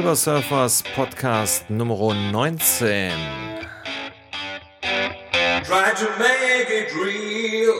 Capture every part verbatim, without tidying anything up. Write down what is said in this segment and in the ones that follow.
Silver Surfers Podcast Nummer neunzehn. Try to make it real.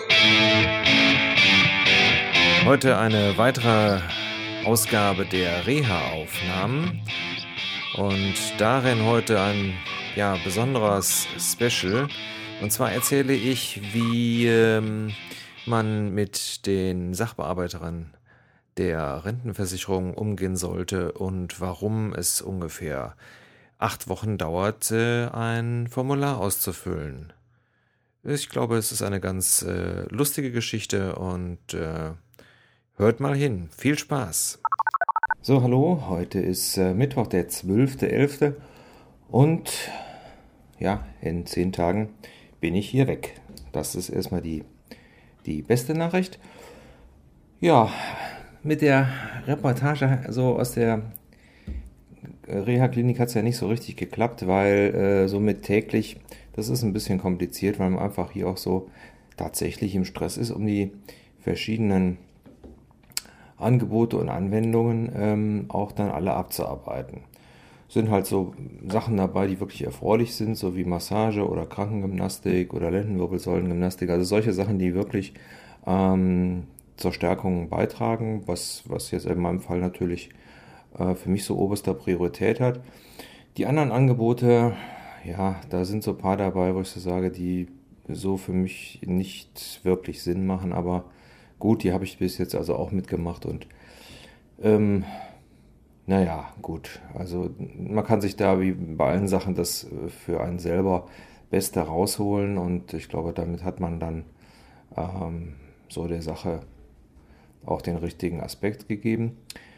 Heute eine weitere Ausgabe der Reha-Aufnahmen und darin heute ein ja, besonderes Special. Und zwar erzähle ich, wie ähm, man mit den Sachbearbeiterinnen der Rentenversicherung umgehen sollte und warum es ungefähr acht Wochen dauert, ein Formular auszufüllen. Ich glaube, es ist eine ganz äh, lustige Geschichte und äh, hört mal hin. Viel Spaß! So, hallo, heute ist äh, Mittwoch, der zwölfter elfter und ja, in zehn Tagen bin ich hier weg. Das ist erstmal die, die beste Nachricht. Ja, mit der Reportage so aus der Reha-Klinik hat es ja nicht so richtig geklappt, weil äh, somit täglich, das ist ein bisschen kompliziert, weil man einfach hier auch so tatsächlich im Stress ist, um die verschiedenen Angebote und Anwendungen ähm, auch dann alle abzuarbeiten. Sind halt so Sachen dabei, die wirklich erfreulich sind, so wie Massage oder Krankengymnastik oder Lendenwirbelsäulengymnastik, also solche Sachen, die wirklich ähm, zur Stärkung beitragen, was, was jetzt in meinem Fall natürlich äh, für mich so oberster Priorität hat. Die anderen Angebote, ja, da sind so ein paar dabei, wo ich so sage, die so für mich nicht wirklich Sinn machen, aber gut, die habe ich bis jetzt also auch mitgemacht und ähm, naja, gut, also man kann sich da wie bei allen Sachen das für einen selber Beste rausholen und ich glaube, damit hat man dann ähm, so der Sache auch den richtigen Aspekt gegeben.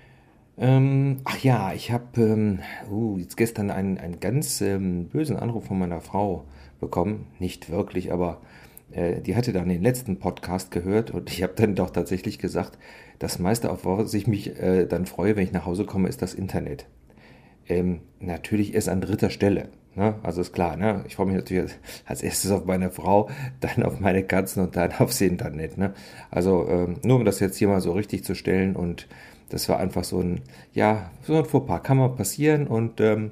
Ähm, ach ja, ich habe ähm, uh, jetzt gestern einen, einen ganz ähm, bösen Anruf von meiner Frau bekommen. Nicht wirklich, aber äh, die hatte dann den letzten Podcast gehört und ich habe dann doch tatsächlich gesagt, das meiste, auf was ich mich äh, dann freue, wenn ich nach Hause komme, ist das Internet. Ähm, natürlich erst an dritter Stelle. Ne? Also ist klar, ne? Ich freue mich natürlich als erstes auf meine Frau, dann auf meine Katzen und dann aufs Internet. Ne? Also ähm, nur um das jetzt hier mal so richtig zu stellen und das war einfach so ein, ja, so ein Fauxpas, kann mal passieren und ähm,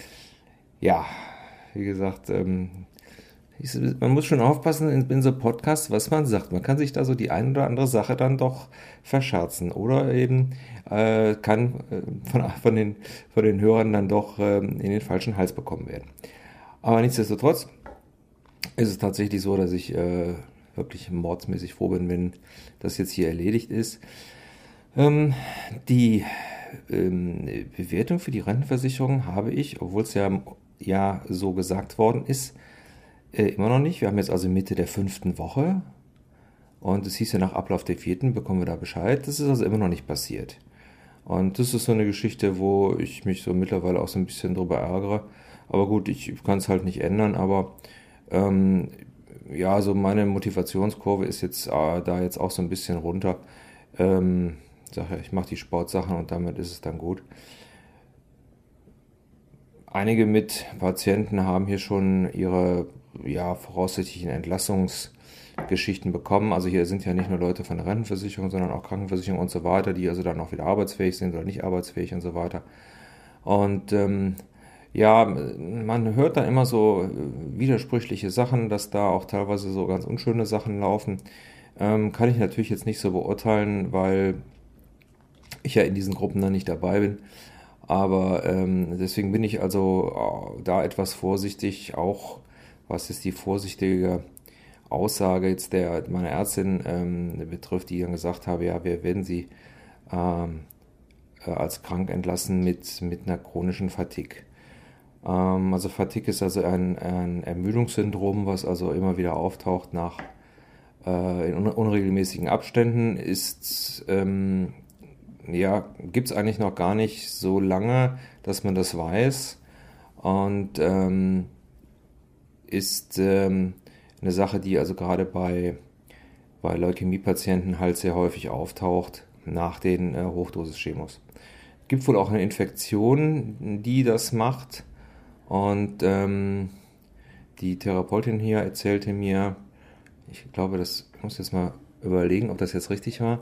ja, wie gesagt, ähm, ich, man muss schon aufpassen in, in so Podcasts, was man sagt. Man kann sich da so die eine oder andere Sache dann doch verscherzen oder eben äh, kann äh, von, von, den, von den Hörern dann doch äh, in den falschen Hals bekommen werden. Aber nichtsdestotrotz ist es tatsächlich so, dass ich äh, wirklich mordsmäßig froh bin, wenn das jetzt hier erledigt ist. Ähm, die ähm, Bewertung für die Rentenversicherung habe ich, obwohl es ja, ja so gesagt worden ist, Äh, immer noch nicht. Wir haben jetzt also Mitte der fünften Woche und es hieß ja nach Ablauf der vierten bekommen wir da Bescheid. Das ist also immer noch nicht passiert. Und das ist so eine Geschichte, wo ich mich so mittlerweile auch so ein bisschen drüber ärgere. Aber gut, ich kann es halt nicht ändern. Aber ähm, ja, so meine Motivationskurve ist jetzt äh, da jetzt auch so ein bisschen runter. Ähm, sag ja, ich mache die Sportsachen und damit ist es dann gut. Einige mit Patienten haben hier schon ihre ja, voraussichtlichen Entlassungsgeschichten bekommen. Also hier sind ja nicht nur Leute von der Rentenversicherung, sondern auch Krankenversicherung und so weiter, die also dann auch wieder arbeitsfähig sind oder nicht arbeitsfähig und so weiter. Und ähm, ja, man hört dann immer so widersprüchliche Sachen, dass da auch teilweise so ganz unschöne Sachen laufen. Ähm, kann ich natürlich jetzt nicht so beurteilen, weil ich ja in diesen Gruppen dann nicht dabei bin. Aber ähm, deswegen bin ich also da etwas vorsichtig, auch was ist die vorsichtige Aussage jetzt der meiner Ärztin ähm, betrifft, die dann gesagt habe, ja, wir werden sie ähm, äh, als krank entlassen mit, mit einer chronischen Fatigue. Ähm, also Fatigue ist also ein, ein Ermüdungssyndrom, was also immer wieder auftaucht nach äh, in un- unregelmäßigen Abständen, ist ähm, ja, gibt es eigentlich noch gar nicht so lange, dass man das weiß und ähm, ist ähm, eine Sache, die also gerade bei, bei Leukämiepatienten halt sehr häufig auftaucht nach den äh, Hochdosis-Chemos. Es gibt wohl auch eine Infektion, die das macht und ähm, die Therapeutin hier erzählte mir, ich glaube, das ich muss jetzt mal überlegen, ob das jetzt richtig war,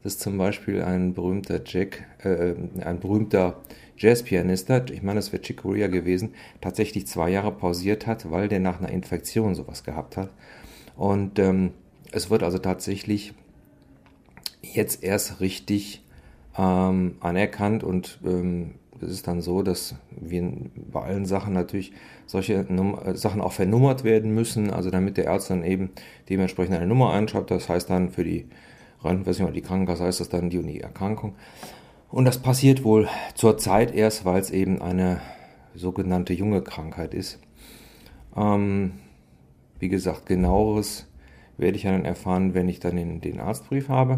dass zum Beispiel ein berühmter Jack, äh, ein berühmter Jazzpianist, ich meine, das wäre Chick Corea gewesen, tatsächlich zwei Jahre pausiert hat, weil der nach einer Infektion sowas gehabt hat. Und ähm, es wird also tatsächlich jetzt erst richtig ähm, anerkannt und ähm, es ist dann so, dass wir bei allen Sachen natürlich solche Num- Sachen auch vernummert werden müssen, also damit der Arzt dann eben dementsprechend eine Nummer einschreibt, das heißt dann für die Rentenversicherung oder die Krankenkasse heißt das dann die und die Erkrankung. Und das passiert wohl zurzeit erst, weil es eben eine sogenannte junge Krankheit ist. Ähm, wie gesagt, genaueres werde ich ja dann erfahren, wenn ich dann den, den Arztbrief habe.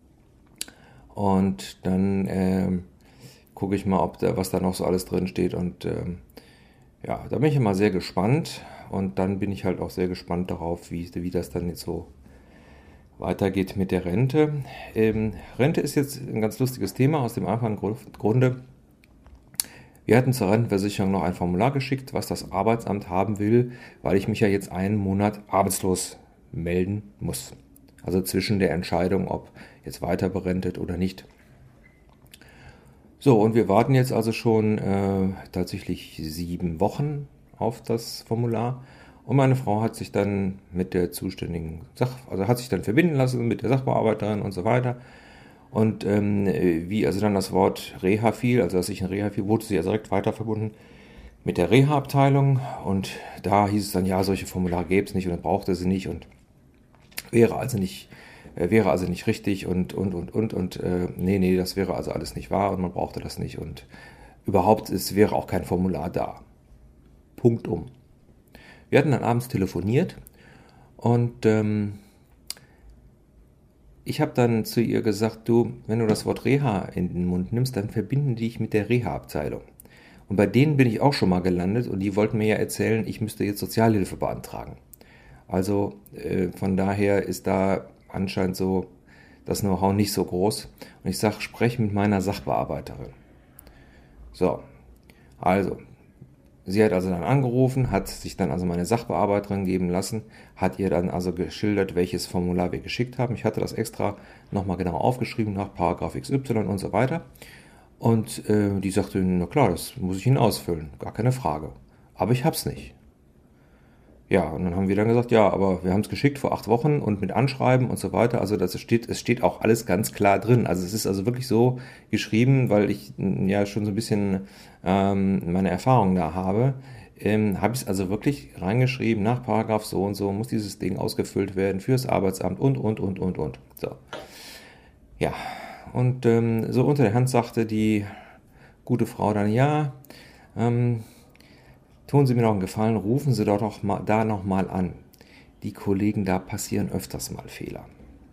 Und dann ähm, gucke ich mal, ob da, was da noch so alles drin steht. Und ähm, ja, da bin ich immer sehr gespannt. Und dann bin ich halt auch sehr gespannt darauf, wie, wie das dann jetzt so weitergeht mit der Rente. Ähm, Rente ist jetzt ein ganz lustiges Thema aus dem einfachen Grunde. Wir hatten zur Rentenversicherung noch ein Formular geschickt, was das Arbeitsamt haben will, weil ich mich ja jetzt einen Monat arbeitslos melden muss. Also zwischen der Entscheidung, ob jetzt weiter berentet oder nicht. So, und wir warten jetzt also schon äh, tatsächlich sieben Wochen auf das Formular. Und meine Frau hat sich dann mit der zuständigen Sach, also hat sich dann verbinden lassen mit der Sachbearbeiterin und so weiter. Und ähm, wie also dann das Wort Reha fiel, also dass ich in Reha fiel, wurde sie ja direkt weiter verbunden mit der Reha-Abteilung. Und da hieß es dann, ja, solche Formulare gäbe es nicht und dann brauchte sie nicht und wäre also nicht, äh, wäre also nicht richtig und, und, und, und, und, äh, nee, nee, das wäre also alles nicht wahr und man brauchte das nicht und überhaupt, es wäre auch kein Formular da. Punkt um. Wir hatten dann abends telefoniert und ähm, ich habe dann zu ihr gesagt, du, wenn du das Wort Reha in den Mund nimmst, dann verbinden die dich mit der Reha-Abteilung. Und bei denen bin ich auch schon mal gelandet und die wollten mir ja erzählen, ich müsste jetzt Sozialhilfe beantragen. Also äh, von daher ist da anscheinend so das Know-how nicht so groß. Und ich sage, sprech mit meiner Sachbearbeiterin. So, also, sie hat also dann angerufen, hat sich dann also meine Sachbearbeiterin geben lassen, hat ihr dann also geschildert, welches Formular wir geschickt haben. Ich hatte das extra nochmal genau aufgeschrieben nach Paragraph X Y und so weiter. Und äh, die sagte, na klar, das muss ich Ihnen ausfüllen, gar keine Frage. Aber ich hab's nicht. Ja, und dann haben wir dann gesagt, ja, aber wir haben es geschickt vor acht Wochen und mit Anschreiben und so weiter. Also das steht, es steht auch alles ganz klar drin. Also es ist also wirklich so geschrieben, weil ich ja schon so ein bisschen ähm, meine Erfahrungen da habe. Ähm, habe ich es also wirklich reingeschrieben, nach Paragraph so und so muss dieses Ding ausgefüllt werden fürs Arbeitsamt und, und, und, und, und. So. Ja, und ähm, so unter der Hand sagte die gute Frau dann, ja, ähm, tun Sie mir noch einen Gefallen, rufen Sie doch mal, da noch mal an. Die Kollegen, da passieren öfters mal Fehler.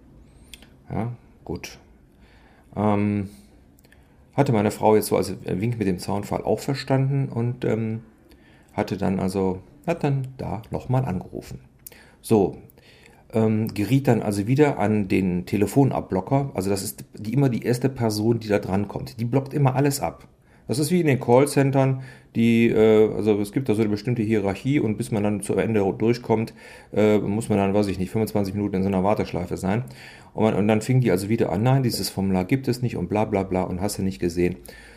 Ja, gut. Ähm, hatte meine Frau jetzt so als Wink mit dem Zaunpfahl auch verstanden und ähm, hatte dann also, hat dann da noch mal angerufen. So, ähm, geriet dann also wieder an den Telefonablocker. Also das ist die, immer die erste Person, die da dran kommt. Die blockt immer alles ab. Das ist wie in den Callcentern, die, äh, also es gibt da so eine bestimmte Hierarchie und bis man dann zu Ende durchkommt, äh, muss man dann, weiß ich nicht, fünfundzwanzig Minuten in so einer Warteschleife sein. Und, man, und dann fing die also wieder an, nein, dieses Formular gibt es nicht und bla bla bla und hast du nicht gesehen.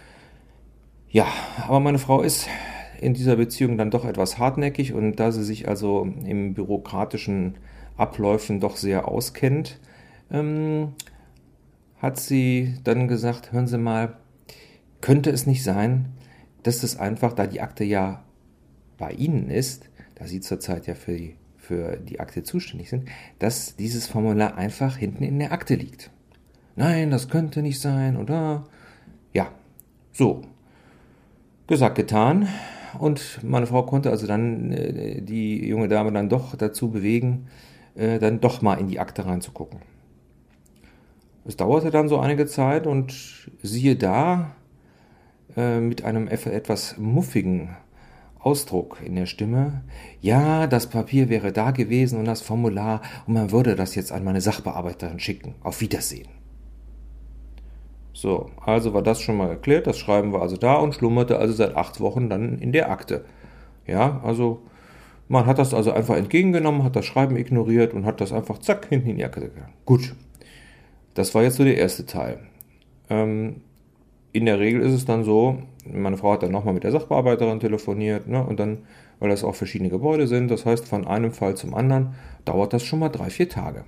Ja, aber meine Frau ist in dieser Beziehung dann doch etwas hartnäckig und da sie sich also im bürokratischen Abläufen doch sehr auskennt, ähm, hat sie dann gesagt, hören Sie mal, könnte es nicht sein, dass es einfach, da die Akte ja bei Ihnen ist, da Sie zurzeit ja für die, für die Akte zuständig sind, dass dieses Formular einfach hinten in der Akte liegt? Nein, das könnte nicht sein, oder? Ja, so. Gesagt, getan. Und meine Frau konnte also dann äh, die junge Dame dann doch dazu bewegen, äh, dann doch mal in die Akte reinzugucken. Es dauerte dann so einige Zeit und siehe da, mit einem etwas muffigen Ausdruck in der Stimme, ja, das Papier wäre da gewesen und das Formular und man würde das jetzt an meine Sachbearbeiterin schicken. Auf Wiedersehen. So, also war das schon mal erklärt, das Schreiben war also da und schlummerte also seit acht Wochen dann in der Akte. Ja, also man hat das also einfach entgegengenommen, hat das Schreiben ignoriert und hat das einfach zack hinten in die Akte gegangen. Gut. Das war jetzt so der erste Teil. Ähm, in der Regel ist es dann so, meine Frau hat dann nochmal mit der Sachbearbeiterin telefoniert, ne, und dann, weil das auch verschiedene Gebäude sind, das heißt von einem Fall zum anderen, dauert das schon mal drei, vier Tage.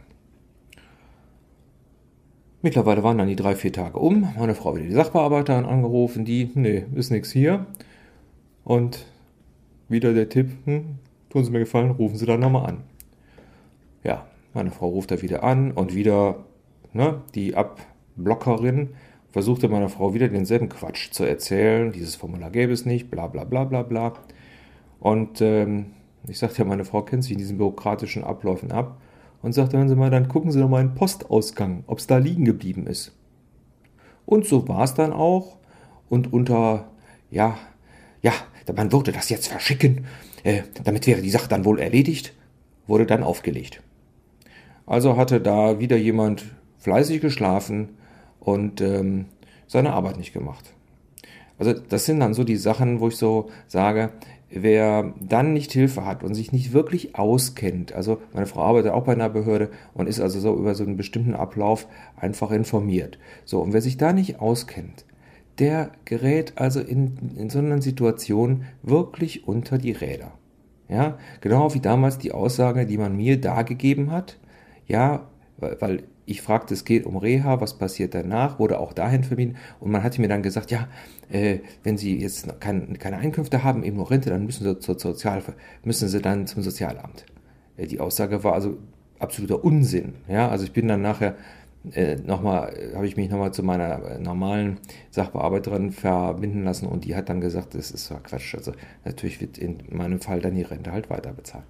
Mittlerweile waren dann die drei, vier Tage um, meine Frau wieder die Sachbearbeiterin angerufen, die, nee, ist nichts hier. Und wieder der Tipp, hm, tun Sie mir gefallen, rufen Sie dann nochmal an. Ja, meine Frau ruft da wieder an und wieder, ne, die Abblockerin versuchte meiner Frau wieder denselben Quatsch zu erzählen, dieses Formular gäbe es nicht, bla bla bla bla bla. Und ähm, ich sagte ja, meine Frau kennt sich in diesen bürokratischen Abläufen ab und sagte, hören Sie mal, dann gucken Sie doch mal in den Postausgang, ob es da liegen geblieben ist. Und so war es dann auch. Und unter, ja, ja, man würde das jetzt verschicken, äh, damit wäre die Sache dann wohl erledigt, wurde dann aufgelegt. Also hatte da wieder jemand fleißig geschlafen und ähm, seine Arbeit nicht gemacht. Also das sind dann so die Sachen, wo ich so sage, wer dann nicht Hilfe hat und sich nicht wirklich auskennt, also meine Frau arbeitet auch bei einer Behörde und ist also so über so einen bestimmten Ablauf einfach informiert. So, und wer sich da nicht auskennt, der gerät also in, in so einer Situation wirklich unter die Räder. Ja, genau wie damals die Aussage, die man mir da gegeben hat, ja, weil, weil ich fragte, es geht um Reha, was passiert danach, wurde auch dahin vermieden und man hatte mir dann gesagt, ja, äh, wenn Sie jetzt noch kein, keine Einkünfte haben, eben nur Rente, dann müssen Sie zur Sozialhilfe, müssen Sie dann zum Sozialamt. Äh, die Aussage war also absoluter Unsinn, ja, also ich bin dann nachher äh, nochmal, habe ich mich nochmal zu meiner normalen Sachbearbeiterin verbinden lassen und die hat dann gesagt, das ist Quatsch, also natürlich wird in meinem Fall dann die Rente halt weiter bezahlt.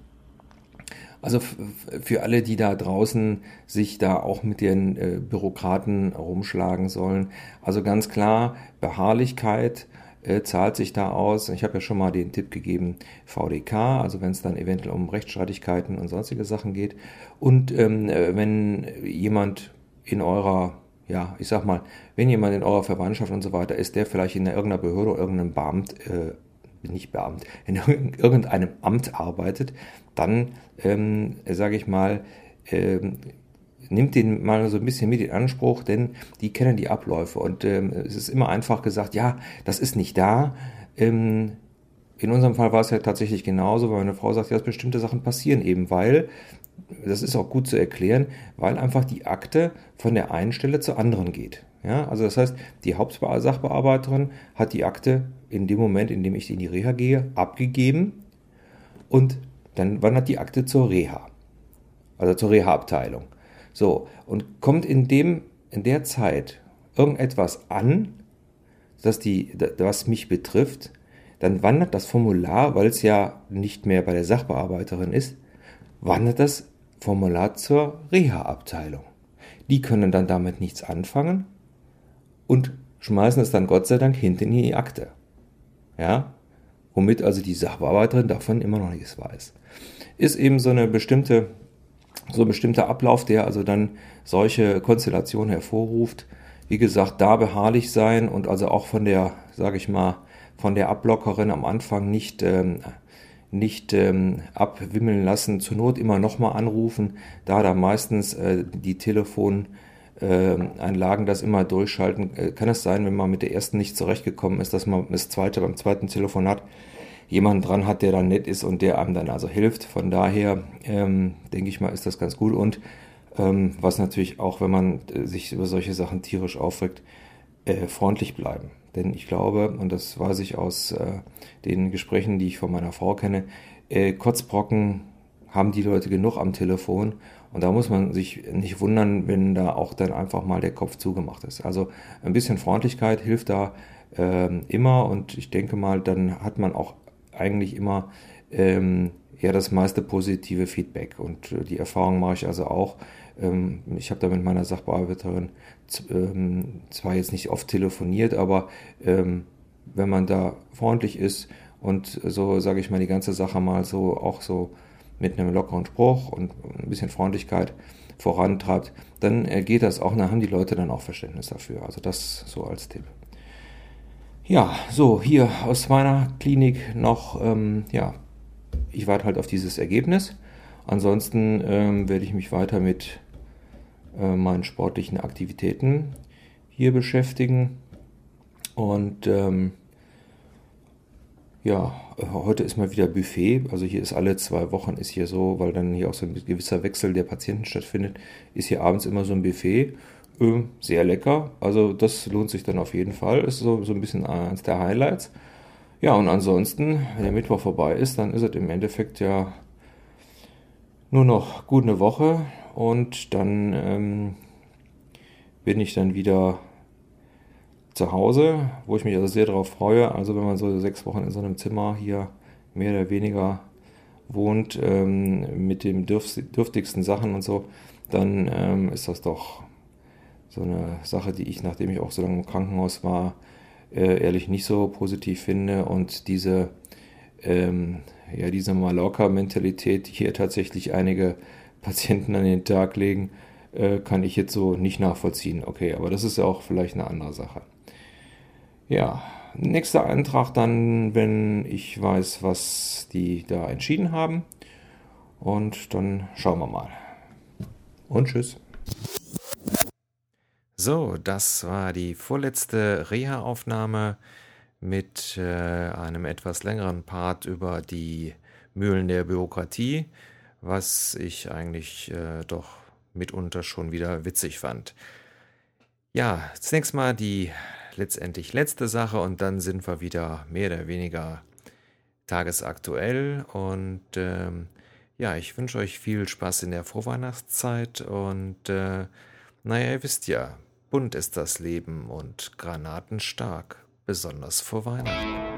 Also für alle, die da draußen sich da auch mit den äh, Bürokraten rumschlagen sollen, also ganz klar, Beharrlichkeit äh, zahlt sich da aus. Ich habe ja schon mal den Tipp gegeben, V D K, also wenn es dann eventuell um Rechtsstreitigkeiten und sonstige Sachen geht. Und ähm, wenn jemand in eurer, ja, ich sag mal, wenn jemand in eurer Verwandtschaft und so weiter ist, der vielleicht in irgendeiner Behörde oder irgendeinem Beamt äh, nicht Beamt, in irgendeinem Amt arbeitet, dann, ähm, sage ich mal, ähm, nimmt den mal so ein bisschen mit in Anspruch, denn die kennen die Abläufe und ähm, es ist immer einfach gesagt, ja, das ist nicht da. Ähm, in unserem Fall war es ja tatsächlich genauso, weil meine Frau sagt, ja, dass bestimmte Sachen passieren eben, weil, das ist auch gut zu erklären, weil einfach die Akte von der einen Stelle zur anderen geht. Ja, also das heißt, die Hauptsachbearbeiterin hat die Akte in dem Moment, in dem ich in die Reha gehe, abgegeben und dann wandert die Akte zur Reha, also zur Reha-Abteilung. So, und kommt in dem, in der Zeit irgendetwas an, das die, was mich betrifft, dann wandert das Formular, weil es ja nicht mehr bei der Sachbearbeiterin ist, wandert das Formular zur Reha-Abteilung. Die können dann damit nichts anfangen und schmeißen es dann Gott sei Dank hinten in die Akte. Ja, womit also die Sachbearbeiterin davon immer noch nichts weiß. Ist eben so eine bestimmte, so ein bestimmter Ablauf, der also dann solche Konstellationen hervorruft. Wie gesagt, da beharrlich sein und also auch von der, sage ich mal, von der Abblockerin am Anfang nicht, ähm, nicht ähm, abwimmeln lassen, zur Not immer nochmal anrufen, da da meistens äh, die Telefon Anlagen das immer durchschalten, kann es sein, wenn man mit der ersten nicht zurechtgekommen ist, dass man das zweite beim zweiten Telefonat jemanden dran hat, der dann nett ist und der einem dann also hilft. Von daher ähm, denke ich mal, ist das ganz gut und ähm, was natürlich auch, wenn man äh, sich über solche Sachen tierisch aufregt, äh, freundlich bleiben. Denn ich glaube, und das weiß ich aus äh, den Gesprächen, die ich von meiner Frau kenne, äh, Kotzbrocken haben die Leute genug am Telefon. Und da muss man sich nicht wundern, wenn da auch dann einfach mal der Kopf zugemacht ist. Also ein bisschen Freundlichkeit hilft da ähm, immer und ich denke mal, dann hat man auch eigentlich immer ähm, eher das meiste positive Feedback. Und äh, die Erfahrung mache ich also auch. Ähm, ich habe da mit meiner Sachbearbeiterin z- ähm, zwar jetzt nicht oft telefoniert, aber ähm, wenn man da freundlich ist und so, sage ich mal, die ganze Sache mal so auch so mit einem lockeren Spruch und ein bisschen Freundlichkeit vorantreibt, dann geht das auch, dann haben die Leute dann auch Verständnis dafür. Also das so als Tipp. Ja, so hier aus meiner Klinik noch, ähm, ja, ich warte halt auf dieses Ergebnis. Ansonsten ähm, werde ich mich weiter mit äh, meinen sportlichen Aktivitäten hier beschäftigen. Und ähm, ja, heute ist mal wieder Buffet. Also hier ist alle zwei Wochen ist hier so, weil dann hier auch so ein gewisser Wechsel der Patienten stattfindet, ist hier abends immer so ein Buffet. Ähm, sehr lecker. Also das lohnt sich dann auf jeden Fall. Ist so, so ein bisschen eines der Highlights. Ja, und ansonsten, wenn der Mittwoch vorbei ist, dann ist es im Endeffekt ja nur noch gut eine Woche und dann ähm, bin ich dann wieder zu Hause, wo ich mich also sehr darauf freue. Also wenn man so sechs Wochen in so einem Zimmer hier mehr oder weniger wohnt, ähm, mit den dürf dürftigsten Sachen und so, dann ähm, ist das doch so eine Sache, die ich, nachdem ich auch so lange im Krankenhaus war, äh, ehrlich nicht so positiv finde. Und diese, ähm, ja, diese Mallorca-Mentalität, die hier tatsächlich einige Patienten an den Tag legen, äh, kann ich jetzt so nicht nachvollziehen. Okay, aber das ist ja auch vielleicht eine andere Sache. Ja, nächster Antrag dann, wenn ich weiß, was die da entschieden haben. Und dann schauen wir mal. Und tschüss. So, das war die vorletzte Reha-Aufnahme mit äh, einem etwas längeren Part über die Mühlen der Bürokratie, was ich eigentlich äh, doch mitunter schon wieder witzig fand. Ja, zunächst mal die letztendlich letzte Sache und dann sind wir wieder mehr oder weniger tagesaktuell und ähm, ja, ich wünsche euch viel Spaß in der Vorweihnachtszeit und äh, naja, ihr wisst ja, bunt ist das Leben und granatenstark, besonders vor Weihnachten.